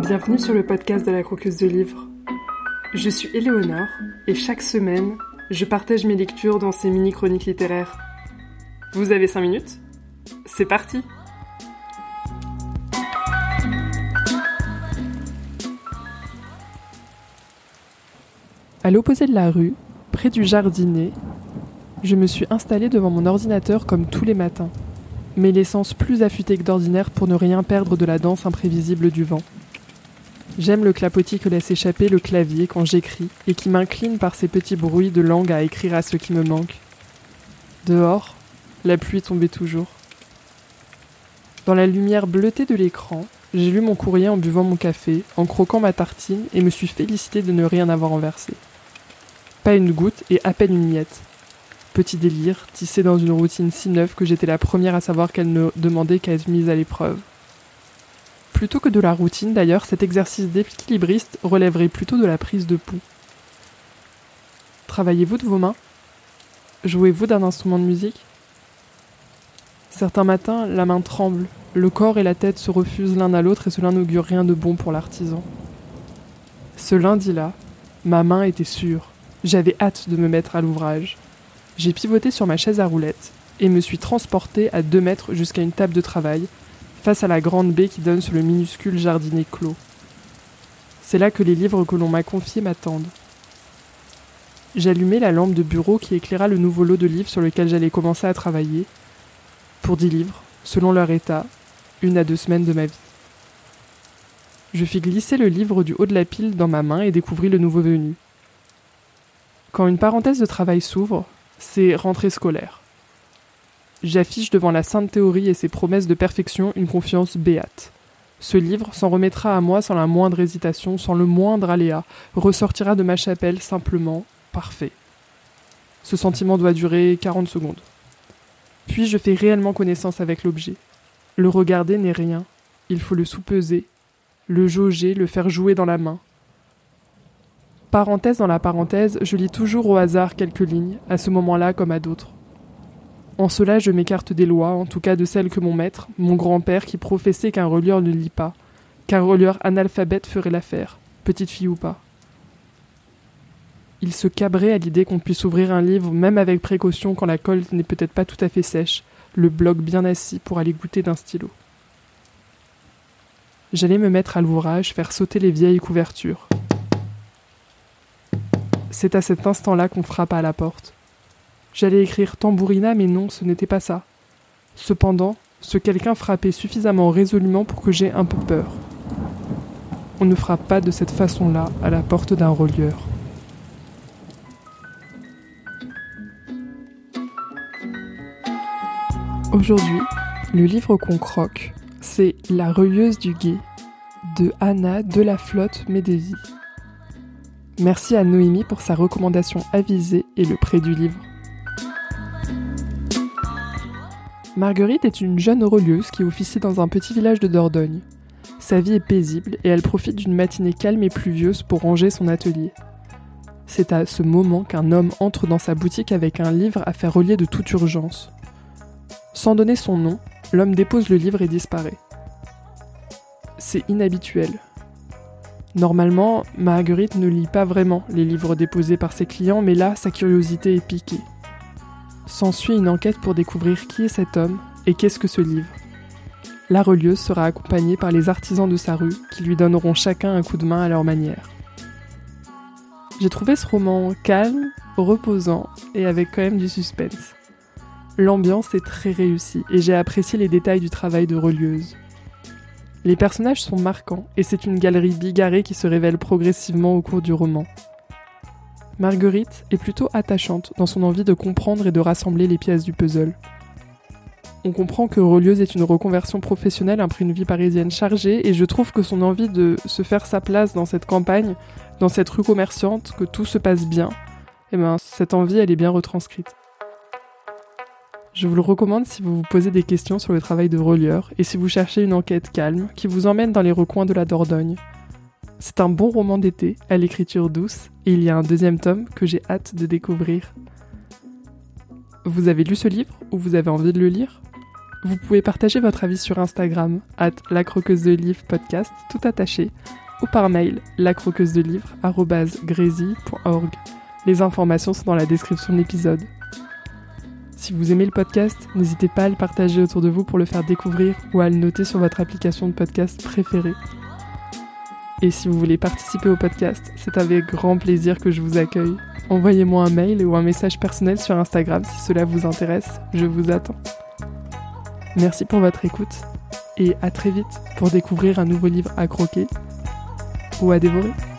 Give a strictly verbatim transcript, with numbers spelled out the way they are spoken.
Bienvenue sur le podcast de la Croqueuse de Livres. Je suis Éléonore et chaque semaine, je partage mes lectures dans ces mini-chroniques littéraires. Vous avez cinq minutes ? C'est parti ! À l'opposé de la rue, près du jardinet, je me suis installée devant mon ordinateur comme tous les matins, mais les sens plus affûtés que d'ordinaire pour ne rien perdre de la danse imprévisible du vent. J'aime le clapotis que laisse échapper le clavier quand j'écris et qui m'incline par ces petits bruits de langue à écrire à ce qui me manque. Dehors, la pluie tombait toujours. Dans la lumière bleutée de l'écran, j'ai lu mon courrier en buvant mon café, en croquant ma tartine et me suis félicité de ne rien avoir renversé. Pas une goutte et à peine une miette. Petit délire, tissé dans une routine si neuve que j'étais la première à savoir qu'elle ne demandait qu'à être mise à l'épreuve. Plutôt que de la routine, d'ailleurs, cet exercice d'équilibriste relèverait plutôt de la prise de pouls. Travaillez-vous de vos mains ? Jouez-vous d'un instrument de musique ? Certains matins, la main tremble, le corps et la tête se refusent l'un à l'autre et cela n'augure rien de bon pour l'artisan. Ce lundi-là, ma main était sûre. J'avais hâte de me mettre à l'ouvrage. J'ai pivoté sur ma chaise à roulettes et me suis transporté à deux mètres jusqu'à une table de travail, face à la grande baie qui donne sur le minuscule jardinet clos. C'est là que les livres que l'on m'a confiés m'attendent. J'allumai la lampe de bureau qui éclaira le nouveau lot de livres sur lequel j'allais commencer à travailler, pour dix livres, selon leur état, une à deux semaines de ma vie. Je fis glisser le livre du haut de la pile dans ma main et découvris le nouveau venu. Quand une parenthèse de travail s'ouvre, c'est rentrée scolaire. J'affiche devant la sainte théorie et ses promesses de perfection une confiance béate. Ce livre s'en remettra à moi sans la moindre hésitation, sans le moindre aléa, ressortira de ma chapelle simplement parfait. Ce sentiment doit durer quarante secondes. Puis je fais réellement connaissance avec l'objet. Le regarder n'est rien, il faut le sous-peser, le jauger, le faire jouer dans la main. Parenthèse dans la parenthèse, je lis toujours au hasard quelques lignes, à ce moment-là comme à d'autres. En cela, je m'écarte des lois, en tout cas de celles que mon maître, mon grand-père, qui professait qu'un relieur ne lit pas, qu'un relieur analphabète ferait l'affaire, petite fille ou pas. Il se cabrait à l'idée qu'on puisse ouvrir un livre, même avec précaution quand la colle n'est peut-être pas tout à fait sèche, le bloc bien assis pour aller goûter d'un stylo. J'allais me mettre à l'ouvrage, faire sauter les vieilles couvertures. C'est à cet instant-là qu'on frappa à la porte. J'allais écrire tambourina, mais non, ce n'était pas ça. Cependant, ce quelqu'un frappait suffisamment résolument pour que j'aie un peu peur. On ne frappe pas de cette façon-là à la porte d'un relieur. Aujourd'hui, le livre qu'on croque, c'est La Reuilleuse du Gué de Anna Delaflotte-Médévy. Merci à Noémie pour sa recommandation avisée et le prêt du livre. Marguerite est une jeune relieuse qui officie dans un petit village de Dordogne. Sa vie est paisible et elle profite d'une matinée calme et pluvieuse pour ranger son atelier. C'est à ce moment qu'un homme entre dans sa boutique avec un livre à faire relier de toute urgence. Sans donner son nom, l'homme dépose le livre et disparaît. C'est inhabituel. Normalement, Marguerite ne lit pas vraiment les livres déposés par ses clients, mais là, sa curiosité est piquée. S'ensuit une enquête pour découvrir qui est cet homme et qu'est-ce que ce livre. La relieuse sera accompagnée par les artisans de sa rue qui lui donneront chacun un coup de main à leur manière. J'ai trouvé ce roman calme, reposant et avec quand même du suspense. L'ambiance est très réussie et j'ai apprécié les détails du travail de relieuse. Les personnages sont marquants et c'est une galerie bigarrée qui se révèle progressivement au cours du roman. Marguerite est plutôt attachante dans son envie de comprendre et de rassembler les pièces du puzzle. On comprend que relieuse est une reconversion professionnelle après une vie parisienne chargée et je trouve que son envie de se faire sa place dans cette campagne, dans cette rue commerçante, que tout se passe bien, eh ben, cette envie elle est bien retranscrite. Je vous le recommande si vous vous posez des questions sur le travail de relieur et si vous cherchez une enquête calme qui vous emmène dans les recoins de la Dordogne. C'est un bon roman d'été, à l'écriture douce, et il y a un deuxième tome que j'ai hâte de découvrir. Vous avez lu ce livre ou vous avez envie de le lire ? Vous pouvez partager votre avis sur Instagram, at la croqueuse de livres podcast, tout attaché, ou par mail, lacroqueuse de livres arobase grésy point org. Les informations sont dans la description de l'épisode. Si vous aimez le podcast, n'hésitez pas à le partager autour de vous pour le faire découvrir ou à le noter sur votre application de podcast préférée. Et si vous voulez participer au podcast, c'est avec grand plaisir que je vous accueille. Envoyez-moi un mail ou un message personnel sur Instagram si cela vous intéresse, je vous attends. Merci pour votre écoute et à très vite pour découvrir un nouveau livre à croquer ou à dévorer.